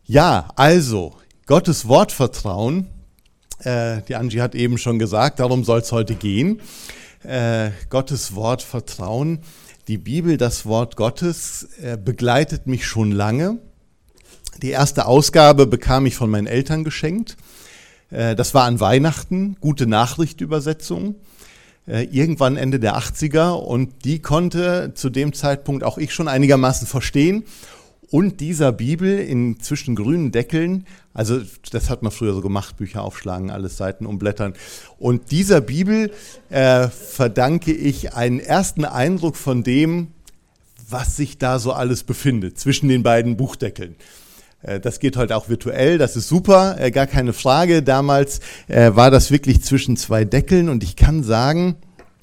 Ja, also, Gottes Wort vertrauen. Die Angie hat eben schon gesagt, darum soll es heute gehen. Gottes Wort vertrauen. Die Bibel, das Wort Gottes, begleitet mich schon lange. Die erste Ausgabe bekam ich von meinen Eltern geschenkt. Das war an Weihnachten, Gute Nachricht-Übersetzung. Irgendwann Ende der 80er, und die konnte zu dem Zeitpunkt auch ich schon einigermaßen verstehen. Und dieser Bibel zwischen grünen Deckeln, also das hat man früher so gemacht, Bücher aufschlagen, alles Seiten umblättern. Und dieser Bibel verdanke ich einen ersten Eindruck von dem, was sich da so alles befindet, zwischen den beiden Buchdeckeln. Das geht heute auch virtuell, das ist super, gar keine Frage. Damals war das wirklich zwischen zwei Deckeln, und ich kann sagen,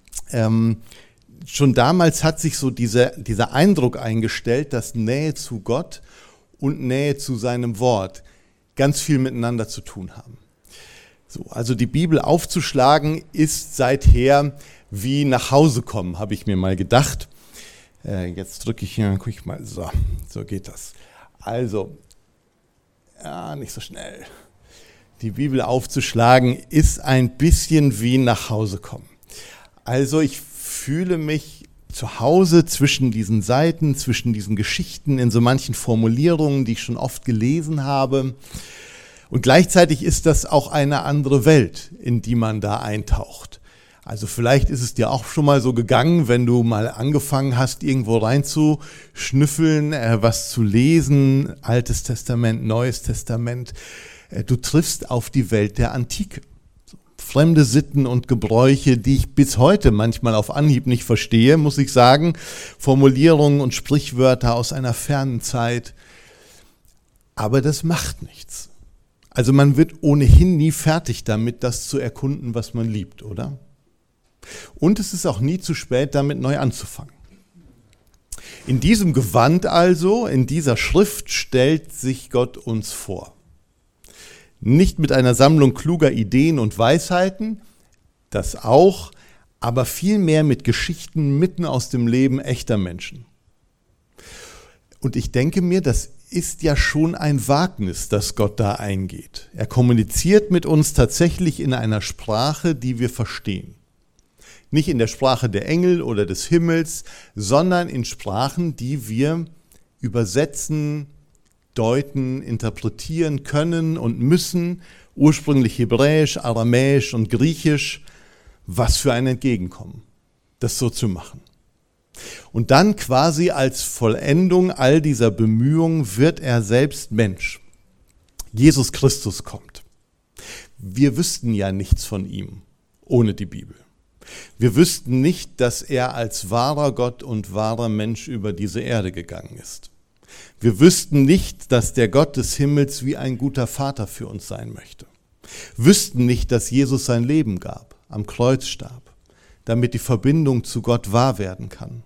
schon damals hat sich so dieser Eindruck eingestellt, dass Nähe zu Gott und Nähe zu seinem Wort ganz viel miteinander zu tun haben. So, also die Bibel aufzuschlagen ist seither wie nach Hause kommen, habe ich mir mal gedacht. Jetzt drücke ich hier, gucke ich mal, so geht das. Also, ja, nicht so schnell. Die Bibel aufzuschlagen ist ein bisschen wie nach Hause kommen. Also ich fühle mich zu Hause zwischen diesen Seiten, zwischen diesen Geschichten, in so manchen Formulierungen, die ich schon oft gelesen habe. Und gleichzeitig ist das auch eine andere Welt, in die man da eintaucht. Also vielleicht ist es dir auch schon mal so gegangen, wenn du mal angefangen hast, irgendwo reinzuschnüffeln, was zu lesen, Altes Testament, Neues Testament. Du triffst auf die Welt der Antike. Fremde Sitten und Gebräuche, die ich bis heute manchmal auf Anhieb nicht verstehe, muss ich sagen. Formulierungen und Sprichwörter aus einer fernen Zeit. Aber das macht nichts. Also man wird ohnehin nie fertig damit, das zu erkunden, was man liebt, oder? Und es ist auch nie zu spät, damit neu anzufangen. In diesem Gewand also, in dieser Schrift stellt sich Gott uns vor. Nicht mit einer Sammlung kluger Ideen und Weisheiten, das auch, aber vielmehr mit Geschichten mitten aus dem Leben echter Menschen. Und ich denke mir, das ist ja schon ein Wagnis, das Gott da eingeht. Er kommuniziert mit uns tatsächlich in einer Sprache, die wir verstehen. Nicht in der Sprache der Engel oder des Himmels, sondern in Sprachen, die wir übersetzen, deuten, interpretieren können und müssen, ursprünglich Hebräisch, Aramäisch und Griechisch. Was für ein Entgegenkommen, das so zu machen. Und dann quasi als Vollendung all dieser Bemühungen wird er selbst Mensch. Jesus Christus kommt. Wir wüssten ja nichts von ihm ohne die Bibel. Wir wüssten nicht, dass er als wahrer Gott und wahrer Mensch über diese Erde gegangen ist. Wir wüssten nicht, dass der Gott des Himmels wie ein guter Vater für uns sein möchte. Wüssten nicht, dass Jesus sein Leben gab, am Kreuz starb, damit die Verbindung zu Gott wahr werden kann.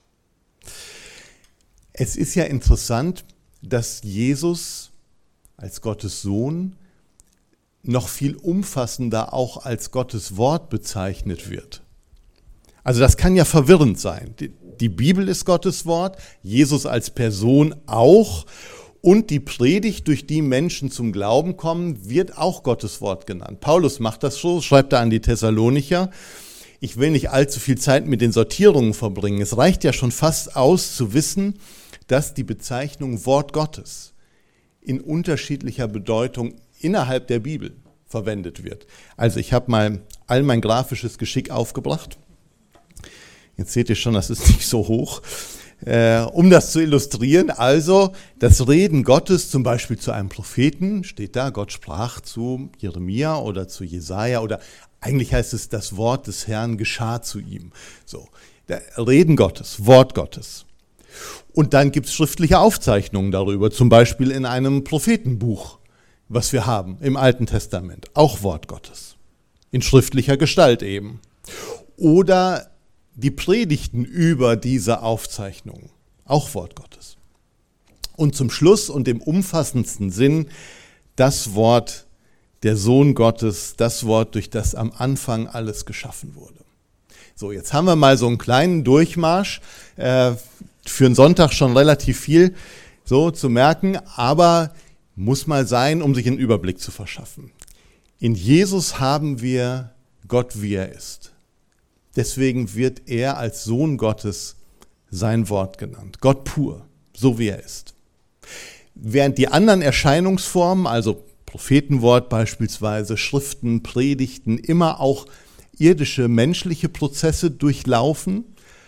Es ist ja interessant, dass Jesus als Gottes Sohn noch viel umfassender auch als Gottes Wort bezeichnet wird. Also das kann ja verwirrend sein. Die Bibel ist Gottes Wort, Jesus als Person auch, und die Predigt, durch die Menschen zum Glauben kommen, wird auch Gottes Wort genannt. Paulus macht das so, schreibt er an die Thessalonicher. Ich will nicht allzu viel Zeit mit den Sortierungen verbringen. Es reicht ja schon fast aus zu wissen, dass die Bezeichnung Wort Gottes in unterschiedlicher Bedeutung innerhalb der Bibel verwendet wird. Also ich habe mal all mein grafisches Geschick aufgebracht. Jetzt seht ihr schon, das ist nicht so hoch. Um das zu illustrieren, also das Reden Gottes zum Beispiel zu einem Propheten, steht da, Gott sprach zu Jeremia oder zu Jesaja, oder eigentlich heißt es, das Wort des Herrn geschah zu ihm. So, Reden Gottes, Wort Gottes. Und dann gibt es schriftliche Aufzeichnungen darüber, zum Beispiel in einem Prophetenbuch, was wir haben im Alten Testament, auch Wort Gottes, in schriftlicher Gestalt eben. Oder die Predigten über diese Aufzeichnungen, auch Wort Gottes. Und zum Schluss und im umfassendsten Sinn das Wort, der Sohn Gottes, das Wort, durch das am Anfang alles geschaffen wurde. So, jetzt haben wir mal so einen kleinen Durchmarsch, für einen Sonntag schon relativ viel so zu merken, aber Muss mal sein, um sich einen Überblick zu verschaffen. In Jesus haben wir Gott, wie er ist. Deswegen wird er als Sohn Gottes sein Wort genannt. Gott pur, so wie er ist. Während die anderen Erscheinungsformen, also Prophetenwort beispielsweise, Schriften, Predigten, immer auch irdische, menschliche Prozesse durchlaufen,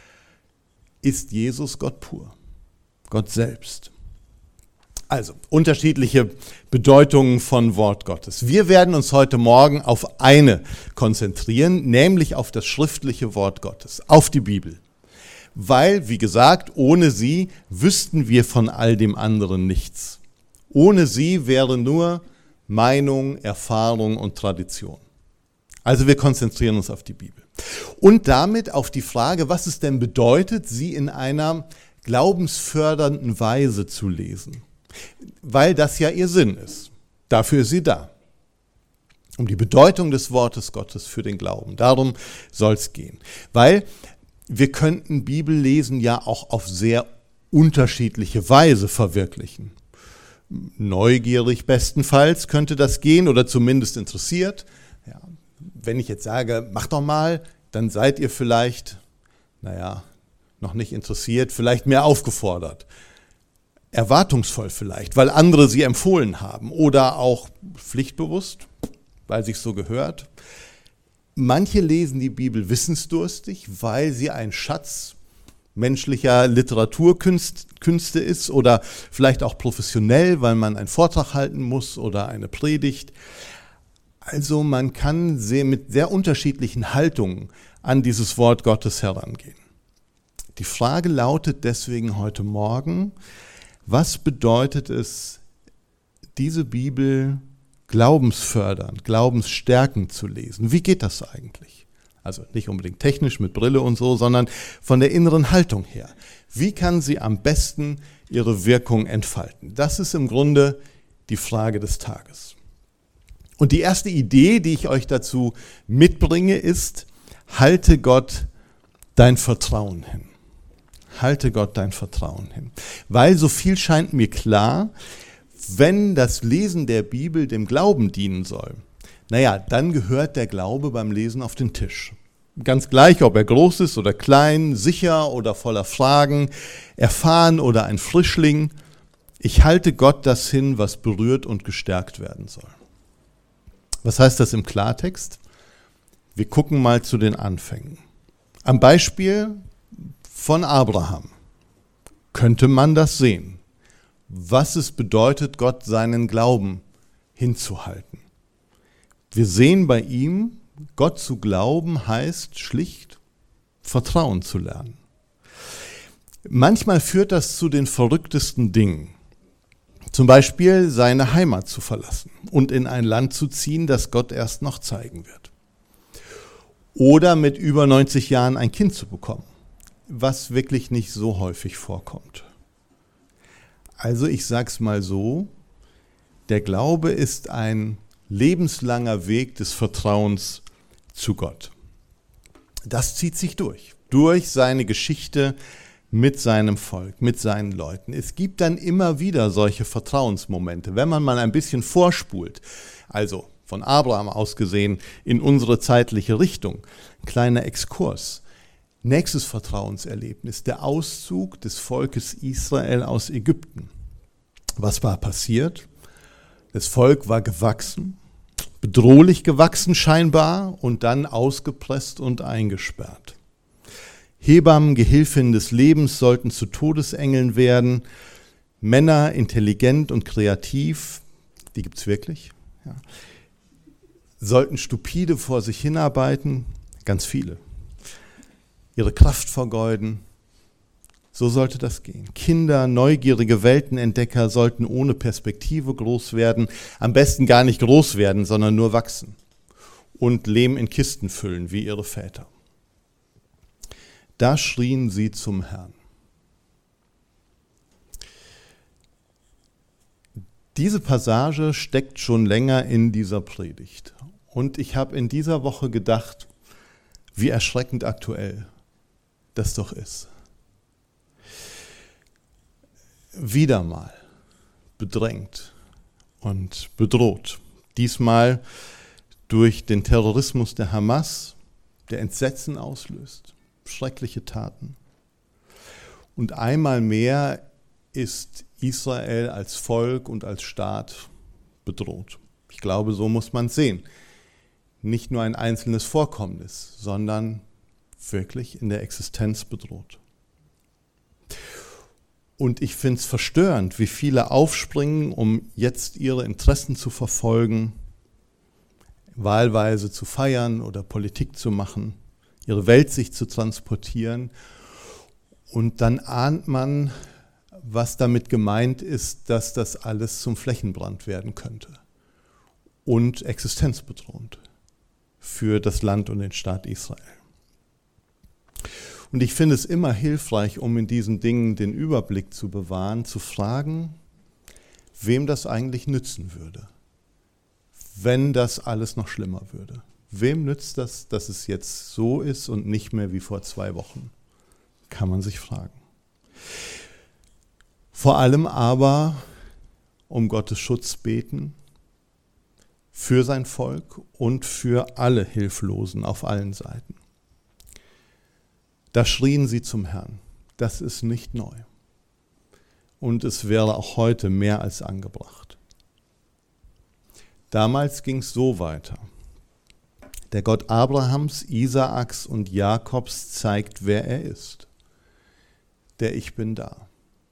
ist Jesus Gott pur, Gott selbst. Also, unterschiedliche Bedeutungen von Wort Gottes. Wir werden uns heute Morgen auf eine konzentrieren, nämlich auf das schriftliche Wort Gottes, auf die Bibel. Weil, wie gesagt, ohne sie wüssten wir von all dem anderen nichts. Ohne sie wäre nur Meinung, Erfahrung und Tradition. Also wir konzentrieren uns auf die Bibel. Und damit auf die Frage, was es denn bedeutet, sie in einer glaubensfördernden Weise zu lesen. Weil das ja ihr Sinn ist. Dafür ist sie da. Um die Bedeutung des Wortes Gottes für den Glauben. Darum soll es gehen. Weil wir könnten Bibellesen ja auch auf sehr unterschiedliche Weise verwirklichen. Neugierig bestenfalls könnte das gehen oder zumindest interessiert. Ja, wenn ich jetzt sage, mach doch mal, dann seid ihr vielleicht, noch nicht interessiert, vielleicht mehr aufgefordert. Erwartungsvoll vielleicht, weil andere sie empfohlen haben oder auch pflichtbewusst, weil sich's so gehört. Manche lesen die Bibel wissensdurstig, weil sie ein Schatz menschlicher Literaturkünste ist oder vielleicht auch professionell, weil man einen Vortrag halten muss oder eine Predigt. Also man kann mit sehr unterschiedlichen Haltungen an dieses Wort Gottes herangehen. Die Frage lautet deswegen heute Morgen, was bedeutet es, diese Bibel glaubensfördernd, glaubensstärkend zu lesen? Wie geht das eigentlich? Also nicht unbedingt technisch mit Brille und so, sondern von der inneren Haltung her. Wie kann sie am besten ihre Wirkung entfalten? Das ist im Grunde die Frage des Tages. Und die erste Idee, die ich euch dazu mitbringe, ist, halte Gott dein Vertrauen hin. Halte Gott dein Vertrauen hin. Weil so viel scheint mir klar, wenn das Lesen der Bibel dem Glauben dienen soll, dann gehört der Glaube beim Lesen auf den Tisch. Ganz gleich, ob er groß ist oder klein, sicher oder voller Fragen, erfahren oder ein Frischling. Ich halte Gott das hin, was berührt und gestärkt werden soll. Was heißt das im Klartext? Wir gucken mal zu den Anfängen. Am Beispiel von Abraham könnte man das sehen, was es bedeutet, Gott seinen Glauben hinzuhalten. Wir sehen bei ihm, Gott zu glauben heißt schlicht Vertrauen zu lernen. Manchmal führt das zu den verrücktesten Dingen. Zum Beispiel seine Heimat zu verlassen und in ein Land zu ziehen, das Gott erst noch zeigen wird. Oder mit über 90 Jahren ein Kind zu bekommen, was wirklich nicht so häufig vorkommt. Also ich sag's mal so, der Glaube ist ein lebenslanger Weg des Vertrauens zu Gott. Das zieht sich durch seine Geschichte mit seinem Volk, mit seinen Leuten. Es gibt dann immer wieder solche Vertrauensmomente, wenn man mal ein bisschen vorspult, also von Abraham aus gesehen in unsere zeitliche Richtung, ein kleiner Exkurs. Nächstes Vertrauenserlebnis, der Auszug des Volkes Israel aus Ägypten. Was war passiert? Das Volk war gewachsen, bedrohlich gewachsen scheinbar und dann ausgepresst und eingesperrt. Hebammen, Gehilfinnen des Lebens sollten zu Todesengeln werden, Männer intelligent und kreativ, die gibt's wirklich, ja, sollten stupide vor sich hinarbeiten, ganz viele. Ihre Kraft vergeuden. So sollte das gehen. Kinder, neugierige Weltenentdecker sollten ohne Perspektive groß werden, am besten gar nicht groß werden, sondern nur wachsen und Lehm in Kisten füllen, wie ihre Väter. Da schrien sie zum Herrn. Diese Passage steckt schon länger in dieser Predigt. Und ich habe in dieser Woche gedacht, wie erschreckend aktuell das doch ist. Wieder mal bedrängt, und bedroht. Diesmal durch den Terrorismus der Hamas, der Entsetzen auslöst, schreckliche Taten. Und einmal mehr ist Israel als Volk und als Staat bedroht. Ich glaube, so muss man es sehen. Nicht nur ein einzelnes Vorkommnis, sondern wirklich in der Existenz bedroht. Und ich finde es verstörend, wie viele aufspringen, um jetzt ihre Interessen zu verfolgen, wahlweise zu feiern oder Politik zu machen, ihre Weltsicht zu transportieren. Und dann ahnt man, was damit gemeint ist, dass das alles zum Flächenbrand werden könnte und existenzbedrohend für das Land und den Staat Israel. Und ich finde es immer hilfreich, um in diesen Dingen den Überblick zu bewahren, zu fragen, wem das eigentlich nützen würde, wenn das alles noch schlimmer würde. Wem nützt das, dass es jetzt so ist und nicht mehr wie vor 2 Wochen? Kann man sich fragen. Vor allem aber um Gottes Schutz beten für sein Volk und für alle Hilflosen auf allen Seiten. Da schrien sie zum Herrn. Das ist nicht neu. Und es wäre auch heute mehr als angebracht. Damals ging es so weiter. Der Gott Abrahams, Isaaks und Jakobs zeigt, wer er ist. Der Ich bin da.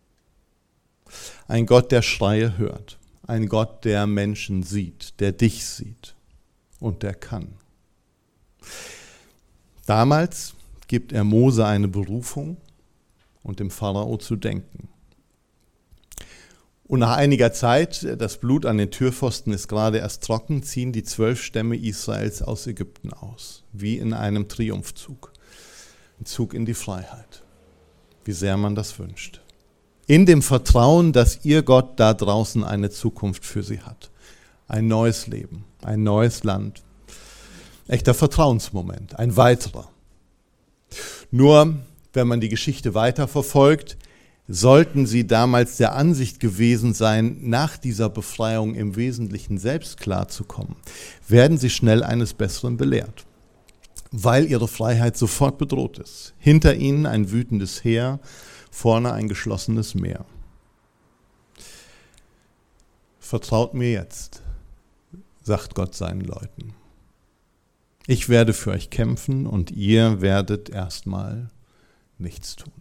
Ein Gott, der Schreie hört. Ein Gott, der Menschen sieht, der dich sieht und der kann. Damals gibt er Mose eine Berufung und dem Pharao zu denken. Und nach einiger Zeit, das Blut an den Türpfosten ist gerade erst trocken, ziehen die 12 Stämme Israels aus Ägypten aus, wie in einem Triumphzug. Ein Zug in die Freiheit, wie sehr man das wünscht. In dem Vertrauen, dass ihr Gott da draußen eine Zukunft für sie hat. Ein neues Leben, ein neues Land. Echter Vertrauensmoment, ein weiterer. Nur, wenn man die Geschichte weiterverfolgt, sollten sie damals der Ansicht gewesen sein, nach dieser Befreiung im Wesentlichen selbst klarzukommen, werden sie schnell eines Besseren belehrt, weil ihre Freiheit sofort bedroht ist. Hinter ihnen ein wütendes Heer, vorne ein geschlossenes Meer. Vertraut mir jetzt, sagt Gott seinen Leuten. Ich werde für euch kämpfen und ihr werdet erstmal nichts tun.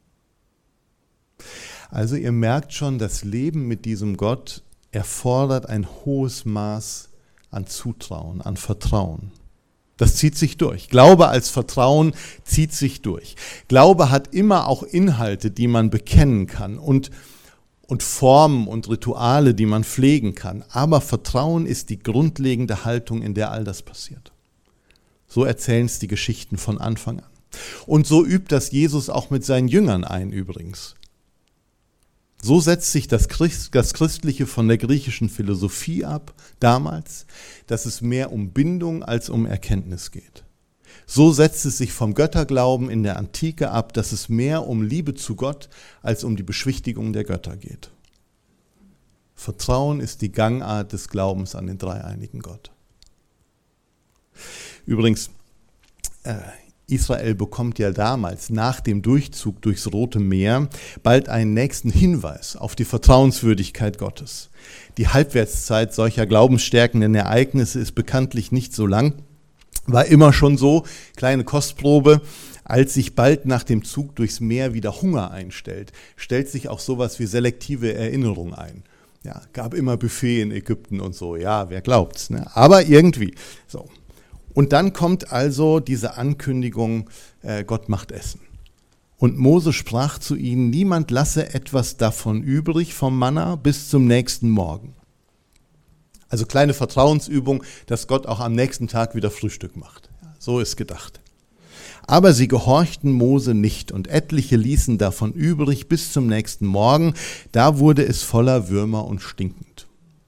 Also ihr merkt schon, das Leben mit diesem Gott erfordert ein hohes Maß an Zutrauen, an Vertrauen. Das zieht sich durch. Glaube als Vertrauen zieht sich durch. Glaube hat immer auch Inhalte, die man bekennen kann und Formen und Rituale, die man pflegen kann. Aber Vertrauen ist die grundlegende Haltung, in der all das passiert. So erzählen es die Geschichten von Anfang an. Und so übt das Jesus auch mit seinen Jüngern ein übrigens. So setzt sich das Christliche von der griechischen Philosophie ab, damals, dass es mehr um Bindung als um Erkenntnis geht. So setzt es sich vom Götterglauben in der Antike ab, dass es mehr um Liebe zu Gott als um die Beschwichtigung der Götter geht. Vertrauen ist die Gangart des Glaubens an den dreieinigen Gott. Übrigens, Israel bekommt ja damals nach dem Durchzug durchs Rote Meer bald einen nächsten Hinweis auf die Vertrauenswürdigkeit Gottes. Die Halbwertszeit solcher glaubensstärkenden Ereignisse ist bekanntlich nicht so lang, war immer schon so, kleine Kostprobe, als sich bald nach dem Zug durchs Meer wieder Hunger einstellt, stellt sich auch sowas wie selektive Erinnerung ein. Ja, gab immer Buffet in Ägypten und so, ja, wer glaubt's, ne? Aber irgendwie so. Und dann kommt also diese Ankündigung, Gott macht Essen. Und Mose sprach zu ihnen, niemand lasse etwas davon übrig vom Manna bis zum nächsten Morgen. Also kleine Vertrauensübung, dass Gott auch am nächsten Tag wieder Frühstück macht. Ja, so ist gedacht. Aber sie gehorchten Mose nicht und etliche ließen davon übrig bis zum nächsten Morgen. Da wurde es voller Würmer und stinkend.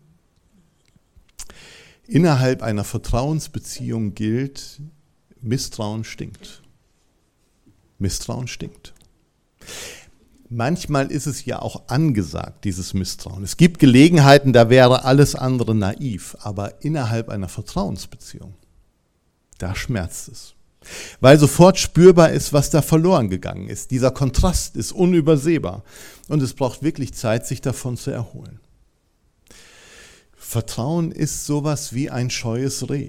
Innerhalb einer Vertrauensbeziehung gilt, Misstrauen stinkt. Misstrauen stinkt. Manchmal ist es ja auch angesagt, dieses Misstrauen. Es gibt Gelegenheiten, da wäre alles andere naiv, aber innerhalb einer Vertrauensbeziehung, da schmerzt es. Weil sofort spürbar ist, was da verloren gegangen ist. Dieser Kontrast ist unübersehbar und es braucht wirklich Zeit, sich davon zu erholen. Vertrauen ist sowas wie ein scheues Reh.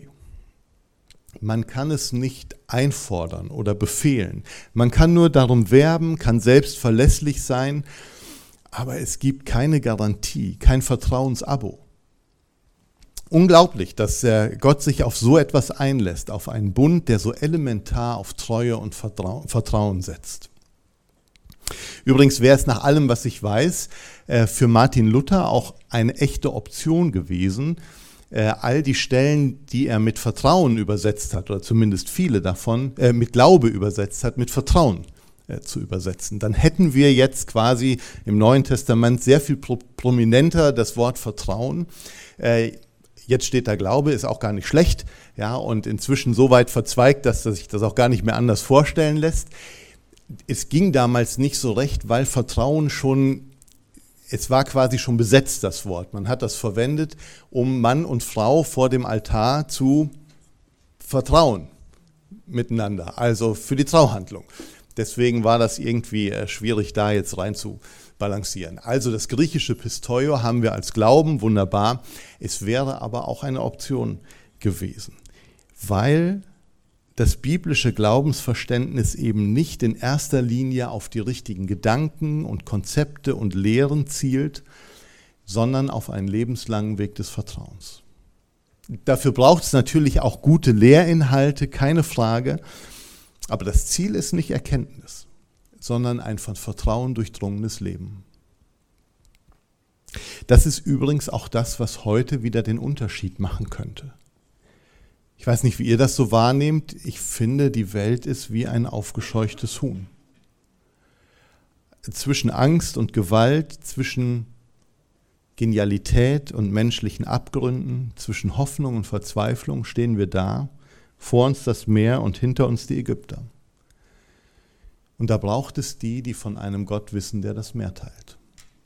Man kann es nicht einfordern oder befehlen. Man kann nur darum werben, kann selbst verlässlich sein, aber es gibt keine Garantie, kein Vertrauensabo. Unglaublich, dass Gott sich auf so etwas einlässt, auf einen Bund, der so elementar auf Treue und Vertrauen setzt. Übrigens wäre es nach allem, was ich weiß, für Martin Luther auch eine echte Option gewesen, all die Stellen, die er mit Vertrauen übersetzt hat, oder zumindest viele davon, mit Glaube übersetzt hat, mit Vertrauen zu übersetzen. Dann hätten wir jetzt quasi im Neuen Testament sehr viel prominenter das Wort Vertrauen. Jetzt steht da Glaube, ist auch gar nicht schlecht, ja, und inzwischen so weit verzweigt, dass sich das auch gar nicht mehr anders vorstellen lässt. Es ging damals nicht so recht, weil Vertrauen es war quasi schon besetzt, das Wort. Man hat das verwendet, um Mann und Frau vor dem Altar zu vertrauen miteinander, also für die Trauhandlung. Deswegen war das irgendwie schwierig, da jetzt rein zu balancieren. Also das griechische Pistoio haben wir als Glauben, wunderbar. Es wäre aber auch eine Option gewesen, weil das biblische Glaubensverständnis eben nicht in erster Linie auf die richtigen Gedanken und Konzepte und Lehren zielt, sondern auf einen lebenslangen Weg des Vertrauens. Dafür braucht es natürlich auch gute Lehrinhalte, keine Frage, aber das Ziel ist nicht Erkenntnis, sondern ein von Vertrauen durchdrungenes Leben. Das ist übrigens auch das, was heute wieder den Unterschied machen könnte. Ich weiß nicht, wie ihr das so wahrnehmt. Ich finde, die Welt ist wie ein aufgescheuchtes Huhn. Zwischen Angst und Gewalt, zwischen Genialität und menschlichen Abgründen, zwischen Hoffnung und Verzweiflung stehen wir da, vor uns das Meer und hinter uns die Ägypter. Und da braucht es die von einem Gott wissen, der das Meer teilt.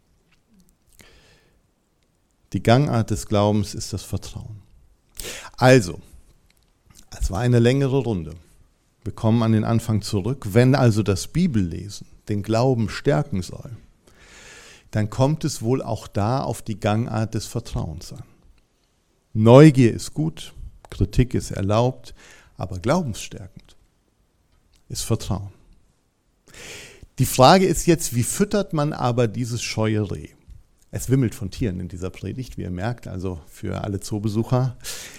Die Gangart des Glaubens ist das Vertrauen. Also, es war eine längere Runde. Wir kommen an den Anfang zurück. Wenn also das Bibellesen den Glauben stärken soll, dann kommt es wohl auch da auf die Gangart des Vertrauens an. Neugier ist gut, Kritik ist erlaubt, aber glaubensstärkend ist Vertrauen. Die Frage ist jetzt, wie füttert man aber dieses scheue Reh? Es wimmelt von Tieren in dieser Predigt, wie ihr merkt, also für alle Zoobesucher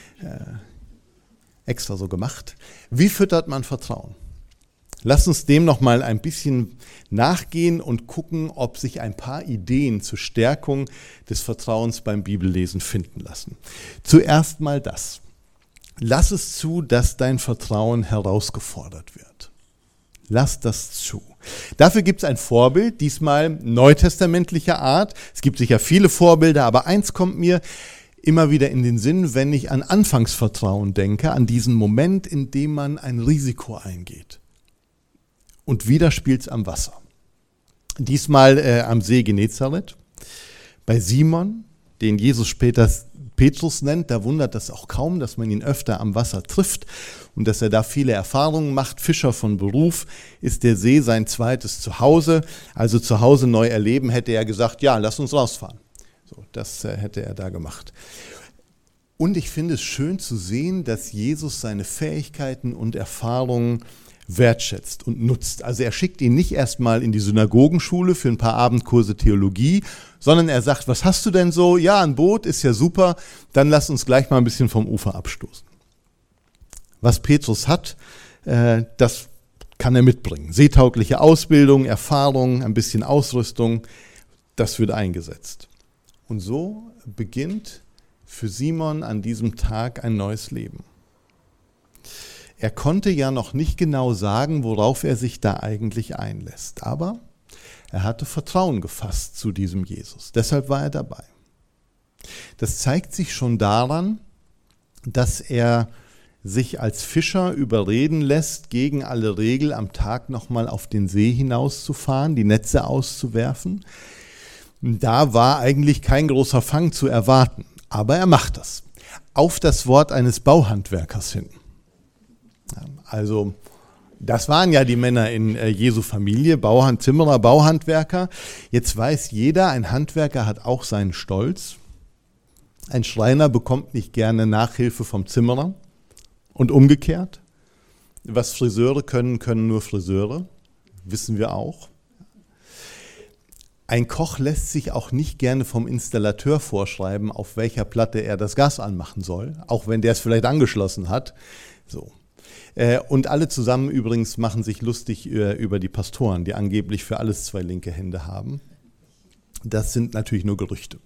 extra so gemacht. Wie füttert man Vertrauen? Lasst uns dem noch mal ein bisschen nachgehen und gucken, ob sich ein paar Ideen zur Stärkung des Vertrauens beim Bibellesen finden lassen. Zuerst mal das. Lass es zu, dass dein Vertrauen herausgefordert wird. Lass das zu. Dafür gibt es ein Vorbild, diesmal neutestamentlicher Art. Es gibt sicher viele Vorbilder, aber eins kommt mir immer wieder in den Sinn, wenn ich an Anfangsvertrauen denke, an diesen Moment, in dem man ein Risiko eingeht. Und wieder spielt es am Wasser. Diesmal am See Genezareth, bei Simon, den Jesus später Petrus nennt. Da wundert das auch kaum, dass man ihn öfter am Wasser trifft und dass er da viele Erfahrungen macht. Fischer von Beruf, ist der See sein zweites Zuhause. Also zu Hause neu erleben, hätte er gesagt, ja, lass uns rausfahren. So, das hätte er da gemacht. Und ich finde es schön zu sehen, dass Jesus seine Fähigkeiten und Erfahrungen wertschätzt und nutzt. Also er schickt ihn nicht erstmal in die Synagogenschule für ein paar Abendkurse Theologie, sondern er sagt, was hast du denn so? Ja, ein Boot ist ja super, dann lass uns gleich mal ein bisschen vom Ufer abstoßen. Was Petrus hat, das kann er mitbringen. Seetaugliche Ausbildung, Erfahrung, ein bisschen Ausrüstung, das wird eingesetzt. Und so beginnt für Simon an diesem Tag ein neues Leben. Er konnte ja noch nicht genau sagen, worauf er sich da eigentlich einlässt, aber er hatte Vertrauen gefasst zu diesem Jesus. Deshalb war er dabei. Das zeigt sich schon daran, dass er sich als Fischer überreden lässt, gegen alle Regel am Tag nochmal auf den See hinauszufahren, die Netze auszuwerfen. Da war eigentlich kein großer Fang zu erwarten, aber er macht das. Auf das Wort eines Bauhandwerkers hin. Also das waren ja die Männer in Jesu Familie, Zimmerer, Bauhandwerker. Jetzt weiß jeder, ein Handwerker hat auch seinen Stolz. Ein Schreiner bekommt nicht gerne Nachhilfe vom Zimmerer und umgekehrt. Was Friseure können, können nur Friseure, wissen wir auch. Ein Koch lässt sich auch nicht gerne vom Installateur vorschreiben, auf welcher Platte er das Gas anmachen soll, auch wenn der es vielleicht angeschlossen hat. So. Und alle zusammen übrigens machen sich lustig über die Pastoren, die angeblich für alles 2 linke Hände haben. Das sind natürlich nur Gerüchte.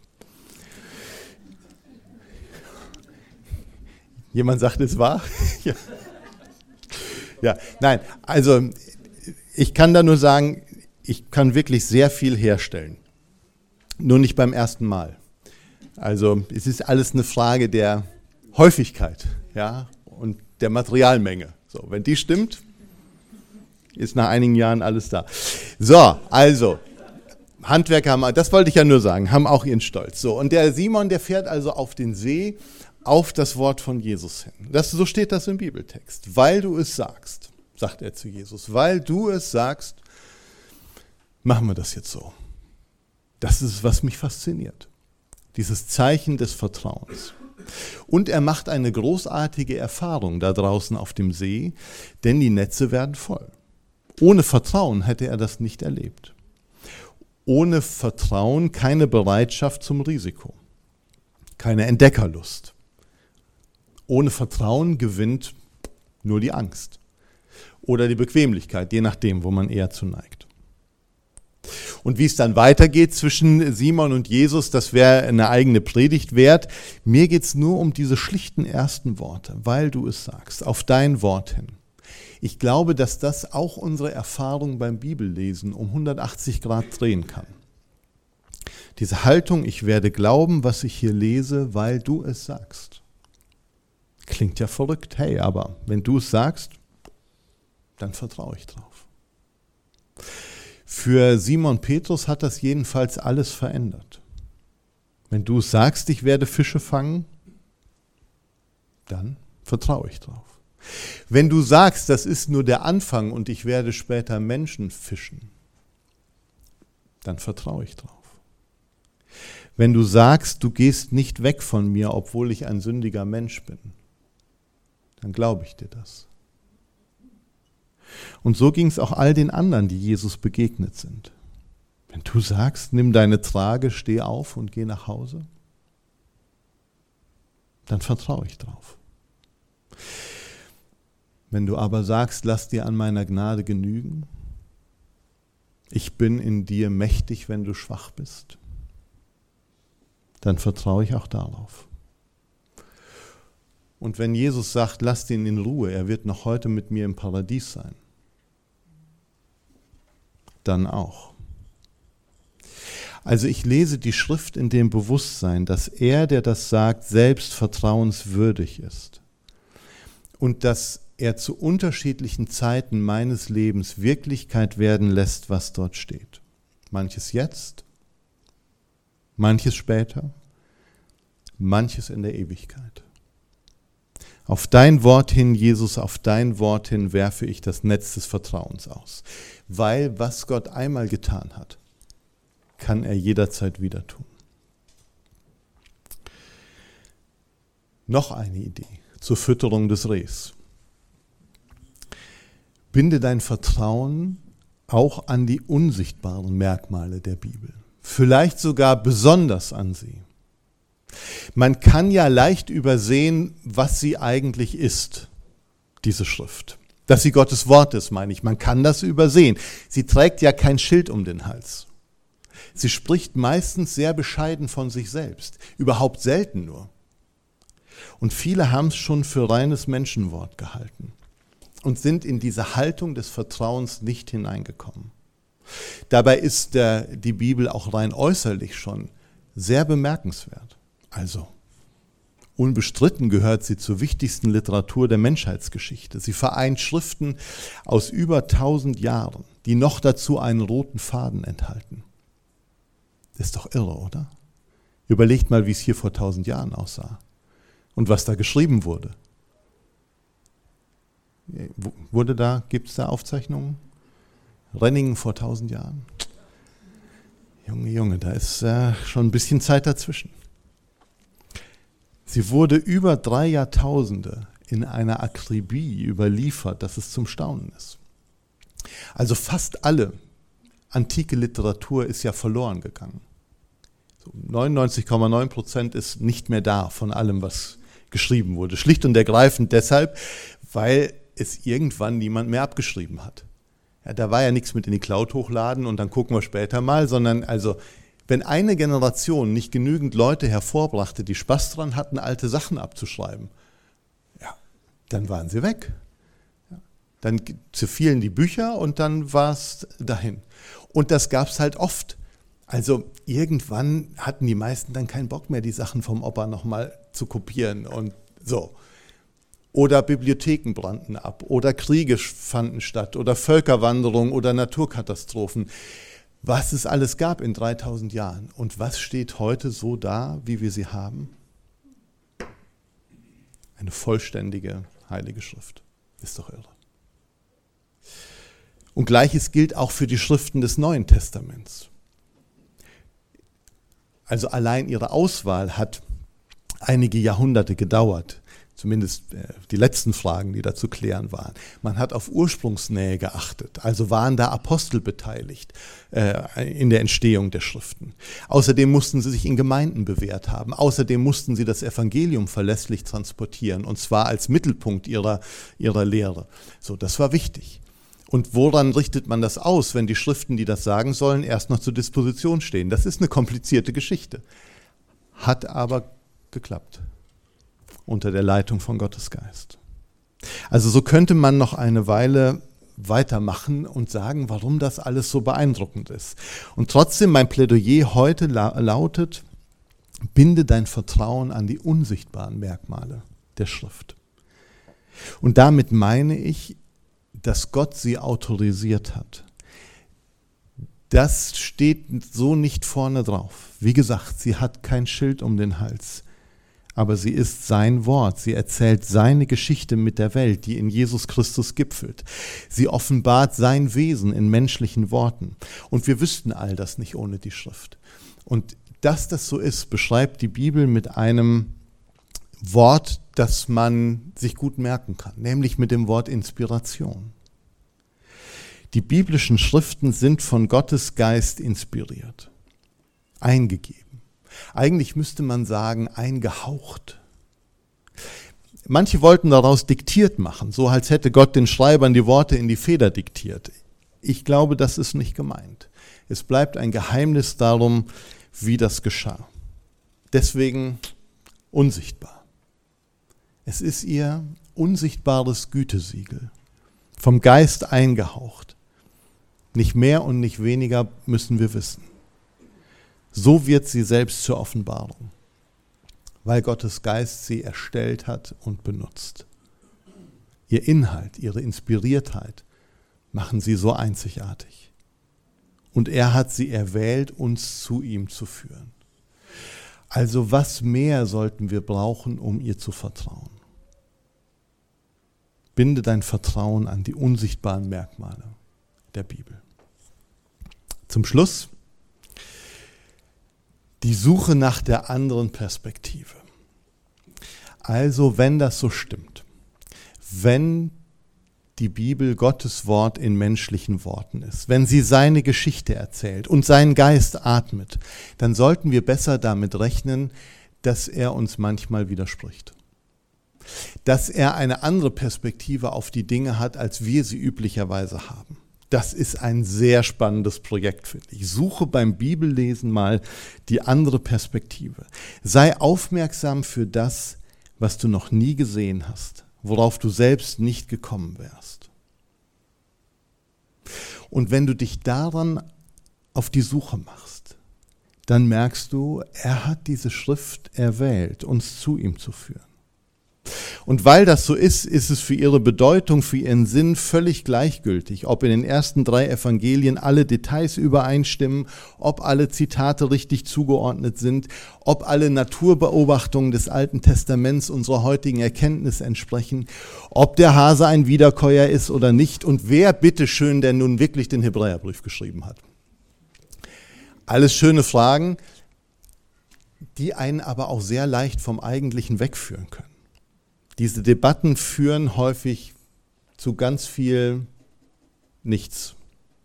Jemand sagt, es wahr? Ja. Ja, nein, also ich kann da nur sagen, ich kann wirklich sehr viel herstellen. Nur nicht beim ersten Mal. Also es ist alles eine Frage der Häufigkeit, ja, und der Materialmenge. So, wenn die stimmt, ist nach einigen Jahren alles da. So, also Handwerker haben, das wollte ich ja nur sagen, haben auch ihren Stolz. So, und der Simon, der fährt also auf den See, auf das Wort von Jesus hin. So steht das im Bibeltext. Weil du es sagst, sagt er zu Jesus, weil du es sagst, machen wir das jetzt so. Das ist, was mich fasziniert. Dieses Zeichen des Vertrauens. Und er macht eine großartige Erfahrung da draußen auf dem See, denn die Netze werden voll. Ohne Vertrauen hätte er das nicht erlebt. Ohne Vertrauen keine Bereitschaft zum Risiko, keine Entdeckerlust. Ohne Vertrauen gewinnt nur die Angst oder die Bequemlichkeit, je nachdem, wo man eher zu neigt. Und wie es dann weitergeht zwischen Simon und Jesus, das wäre eine eigene Predigt wert. Mir geht es nur um diese schlichten ersten Worte, weil du es sagst, auf dein Wort hin. Ich glaube, dass das auch unsere Erfahrung beim Bibellesen um 180 Grad drehen kann. Diese Haltung, ich werde glauben, was ich hier lese, weil du es sagst. Klingt ja verrückt, hey, aber wenn du es sagst, dann vertraue ich drauf. Für Simon Petrus hat das jedenfalls alles verändert. Wenn du sagst, ich werde Fische fangen, dann vertraue ich drauf. Wenn du sagst, das ist nur der Anfang und ich werde später Menschen fischen, dann vertraue ich drauf. Wenn du sagst, du gehst nicht weg von mir, obwohl ich ein sündiger Mensch bin, dann glaube ich dir das. Und so ging es auch all den anderen, die Jesus begegnet sind. Wenn du sagst, nimm deine Trage, steh auf und geh nach Hause, dann vertraue ich drauf. Wenn du aber sagst, lass dir an meiner Gnade genügen, ich bin in dir mächtig, wenn du schwach bist, dann vertraue ich auch darauf. Und wenn Jesus sagt, lasst ihn in Ruhe, er wird noch heute mit mir im Paradies sein, dann auch. Also ich lese die Schrift in dem Bewusstsein, dass er, der das sagt, selbst vertrauenswürdig ist und dass er zu unterschiedlichen Zeiten meines Lebens Wirklichkeit werden lässt, was dort steht. Manches jetzt, manches später, manches in der Ewigkeit. Auf dein Wort hin, Jesus, auf dein Wort hin werfe ich das Netz des Vertrauens aus. Weil was Gott einmal getan hat, kann er jederzeit wieder tun. Noch eine Idee zur Fütterung des Rehs. Binde dein Vertrauen auch an die unsichtbaren Merkmale der Bibel. Vielleicht sogar besonders an sie. Man kann ja leicht übersehen, was sie eigentlich ist, diese Schrift. Dass sie Gottes Wort ist, meine ich. Man kann das übersehen. Sie trägt ja kein Schild um den Hals. Sie spricht meistens sehr bescheiden von sich selbst. Überhaupt selten nur. Und viele haben es schon für reines Menschenwort gehalten und sind in diese Haltung des Vertrauens nicht hineingekommen. Dabei ist die Bibel auch rein äußerlich schon sehr bemerkenswert. Also Unbestritten gehört sie zur wichtigsten Literatur der Menschheitsgeschichte. Sie vereint Schriften aus über 1000 Jahren, die noch dazu einen roten Faden enthalten. Das ist doch irre, oder? Überlegt mal, wie es hier vor 1000 Jahren aussah und was da geschrieben wurde. Gibt es da Aufzeichnungen? Renningen vor 1000 Jahren? Junge, da ist schon ein bisschen Zeit dazwischen. Sie wurde über 3 Jahrtausende in einer Akribie überliefert, dass es zum Staunen ist. Also fast alle antike Literatur ist ja verloren gegangen. 99,9% ist nicht mehr da von allem, was geschrieben wurde. Schlicht und ergreifend deshalb, weil es irgendwann niemand mehr abgeschrieben hat. Ja, da war ja nichts mit in die Cloud hochladen und dann gucken wir später mal, sondern also wenn eine Generation nicht genügend Leute hervorbrachte, die Spaß dran hatten, alte Sachen abzuschreiben, ja, dann waren sie weg. Ja, dann zerfielen die Bücher und dann war es dahin. Und das gab es halt oft. Also irgendwann hatten die meisten dann keinen Bock mehr, die Sachen vom Opa nochmal zu kopieren und so. Oder Bibliotheken brannten ab oder Kriege fanden statt oder Völkerwanderungen oder Naturkatastrophen. Was es alles gab in 3000 Jahren und was steht heute so da, wie wir sie haben? Eine vollständige Heilige Schrift. Ist doch irre. Und Gleiches gilt auch für die Schriften des Neuen Testaments. Also allein ihre Auswahl hat einige Jahrhunderte gedauert. Zumindest die letzten Fragen, die da zu klären waren. Man hat auf Ursprungsnähe geachtet, also waren da Apostel beteiligt in der Entstehung der Schriften. Außerdem mussten sie sich in Gemeinden bewährt haben. Außerdem mussten sie das Evangelium verlässlich transportieren, und zwar als Mittelpunkt ihrer Lehre. So, das war wichtig. Und woran richtet man das aus, wenn die Schriften, die das sagen sollen, erst noch zur Disposition stehen? Das ist eine komplizierte Geschichte. Hat aber geklappt. Unter der Leitung von Gottes Geist. Also so könnte man noch eine Weile weitermachen und sagen, warum das alles so beeindruckend ist. Und trotzdem, mein Plädoyer heute lautet, binde dein Vertrauen an die unsichtbaren Merkmale der Schrift. Und damit meine ich, dass Gott sie autorisiert hat. Das steht so nicht vorne drauf. Wie gesagt, sie hat kein Schild um den Hals. Aber sie ist sein Wort. Sie erzählt seine Geschichte mit der Welt, die in Jesus Christus gipfelt. Sie offenbart sein Wesen in menschlichen Worten. Und wir wüssten all das nicht ohne die Schrift. Und dass das so ist, beschreibt die Bibel mit einem Wort, das man sich gut merken kann, nämlich mit dem Wort Inspiration. Die biblischen Schriften sind von Gottes Geist inspiriert, eingegeben. Eigentlich müsste man sagen, eingehaucht. Manche wollten daraus diktiert machen, so als hätte Gott den Schreibern die Worte in die Feder diktiert. Ich glaube, das ist nicht gemeint. Es bleibt ein Geheimnis darum, wie das geschah. Deswegen unsichtbar. Es ist ihr unsichtbares Gütesiegel, vom Geist eingehaucht. Nicht mehr und nicht weniger müssen wir wissen. So wird sie selbst zur Offenbarung, weil Gottes Geist sie erstellt hat und benutzt. Ihr Inhalt, ihre Inspiriertheit machen sie so einzigartig. Und er hat sie erwählt, uns zu ihm zu führen. Also was mehr sollten wir brauchen, um ihr zu vertrauen? Binde dein Vertrauen an die unsichtbaren Merkmale der Bibel. Zum Schluss die Suche nach der anderen Perspektive. Also wenn das so stimmt, wenn die Bibel Gottes Wort in menschlichen Worten ist, wenn sie seine Geschichte erzählt und seinen Geist atmet, dann sollten wir besser damit rechnen, dass er uns manchmal widerspricht. Dass er eine andere Perspektive auf die Dinge hat, als wir sie üblicherweise haben. Das ist ein sehr spannendes Projekt, finde ich. Suche beim Bibellesen mal die andere Perspektive. Sei aufmerksam für das, was du noch nie gesehen hast, worauf du selbst nicht gekommen wärst. Und wenn du dich daran auf die Suche machst, dann merkst du, er hat diese Schrift erwählt, uns zu ihm zu führen. Und weil das so ist, ist es für ihre Bedeutung, für ihren Sinn völlig gleichgültig, ob in den ersten 3 Evangelien alle Details übereinstimmen, ob alle Zitate richtig zugeordnet sind, ob alle Naturbeobachtungen des Alten Testaments unserer heutigen Erkenntnis entsprechen, ob der Hase ein Wiederkäuer ist oder nicht und wer bitteschön denn nun wirklich den Hebräerbrief geschrieben hat. Alles schöne Fragen, die einen aber auch sehr leicht vom Eigentlichen wegführen können. Diese Debatten führen häufig zu ganz viel Nichts.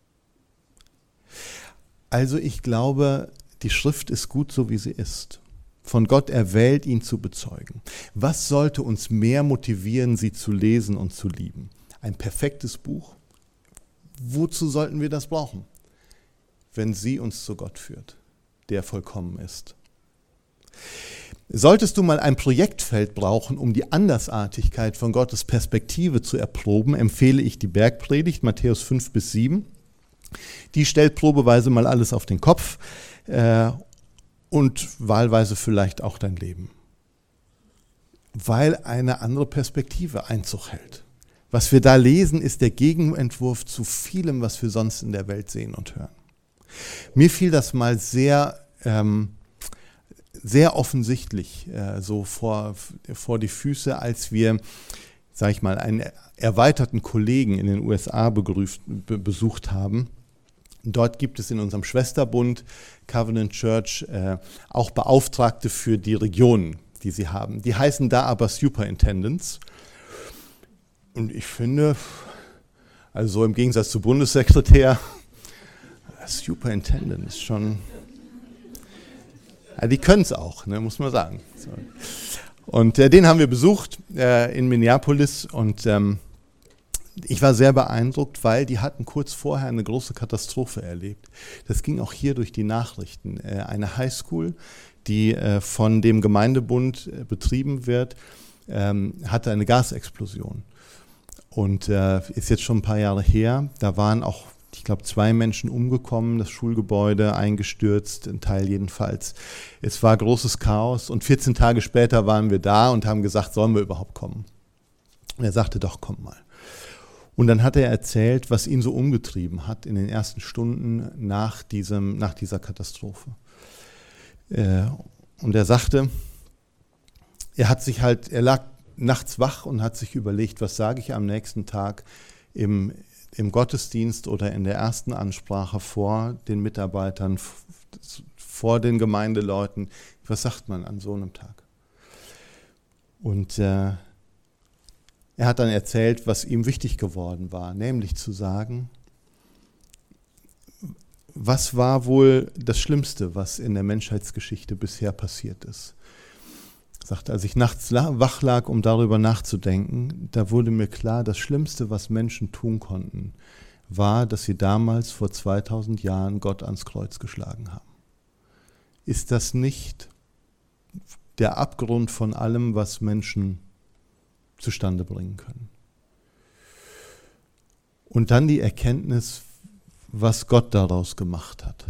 Also ich glaube, die Schrift ist gut, so wie sie ist. Von Gott erwählt, ihn zu bezeugen. Was sollte uns mehr motivieren, sie zu lesen und zu lieben? Ein perfektes Buch? Wozu sollten wir das brauchen? Wenn sie uns zu Gott führt, der vollkommen ist. Solltest du mal ein Projektfeld brauchen, um die Andersartigkeit von Gottes Perspektive zu erproben, empfehle ich die Bergpredigt, Matthäus 5-7. Die stellt probeweise mal alles auf den Kopf und wahlweise vielleicht auch dein Leben. Weil eine andere Perspektive Einzug hält. Was wir da lesen, ist der Gegenentwurf zu vielem, was wir sonst in der Welt sehen und hören. Mir fiel das mal sehr offensichtlich so vor die Füße, als wir, sag ich mal, einen erweiterten Kollegen in den USA besucht haben. Dort gibt es in unserem Schwesterbund Covenant Church auch Beauftragte für die Regionen, die sie haben. Die heißen da aber Superintendents. Und ich finde, also so im Gegensatz zu Bundessekretär, Superintendent ist schon... Ja, die können es auch, ne, muss man sagen. So. Und den haben wir besucht in Minneapolis und ich war sehr beeindruckt, weil die hatten kurz vorher eine große Katastrophe erlebt. Das ging auch hier durch die Nachrichten. Eine Highschool, die von dem Gemeindebund betrieben wird, hatte eine Gasexplosion und ist jetzt schon ein paar Jahre her. Da waren auch, ich glaube, 2 Menschen umgekommen, das Schulgebäude eingestürzt, ein Teil jedenfalls. Es war großes Chaos und 14 Tage später waren wir da und haben gesagt, sollen wir überhaupt kommen? Und er sagte, doch, komm mal. Und dann hat er erzählt, was ihn so umgetrieben hat in den ersten Stunden nach dieser Katastrophe. Und er sagte, er lag nachts wach und hat sich überlegt, was sage ich am nächsten Tag im Gottesdienst oder in der ersten Ansprache vor den Mitarbeitern, vor den Gemeindeleuten. Was sagt man an so einem Tag? Und er hat dann erzählt, was ihm wichtig geworden war, nämlich zu sagen, was war wohl das Schlimmste, was in der Menschheitsgeschichte bisher passiert ist. Er sagte, als ich nachts wach lag, um darüber nachzudenken, da wurde mir klar, das Schlimmste, was Menschen tun konnten, war, dass sie damals vor 2000 Jahren Gott ans Kreuz geschlagen haben. Ist das nicht der Abgrund von allem, was Menschen zustande bringen können? Und dann die Erkenntnis, was Gott daraus gemacht hat.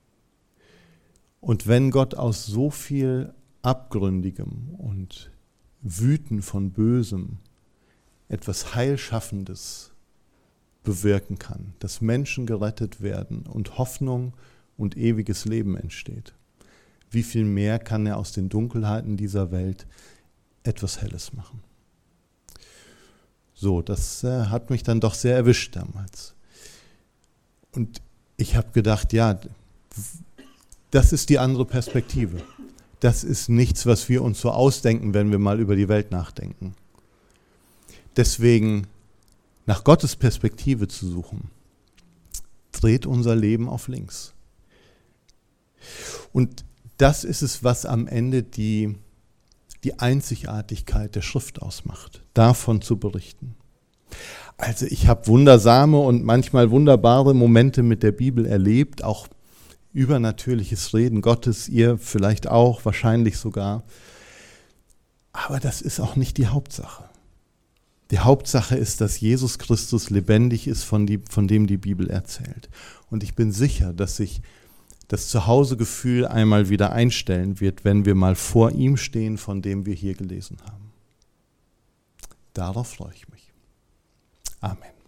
Und wenn Gott aus so viel Abgründigem und Wüten von Bösem etwas Heilschaffendes bewirken kann, dass Menschen gerettet werden und Hoffnung und ewiges Leben entsteht, wie viel mehr kann er aus den Dunkelheiten dieser Welt etwas Helles machen? So, das hat mich dann doch sehr erwischt damals. Und ich habe gedacht, ja, das ist die andere Perspektive. Das ist nichts, was wir uns so ausdenken, wenn wir mal über die Welt nachdenken. Deswegen nach Gottes Perspektive zu suchen, dreht unser Leben auf links. Und das ist es, was am Ende die Einzigartigkeit der Schrift ausmacht, davon zu berichten. Also ich habe wundersame und manchmal wunderbare Momente mit der Bibel erlebt, auch übernatürliches Reden Gottes, ihr vielleicht auch, wahrscheinlich sogar. Aber das ist auch nicht die Hauptsache. Die Hauptsache ist, dass Jesus Christus lebendig ist, von dem die Bibel erzählt. Und ich bin sicher, dass sich das Zuhausegefühl einmal wieder einstellen wird, wenn wir mal vor ihm stehen, von dem wir hier gelesen haben. Darauf freue ich mich. Amen.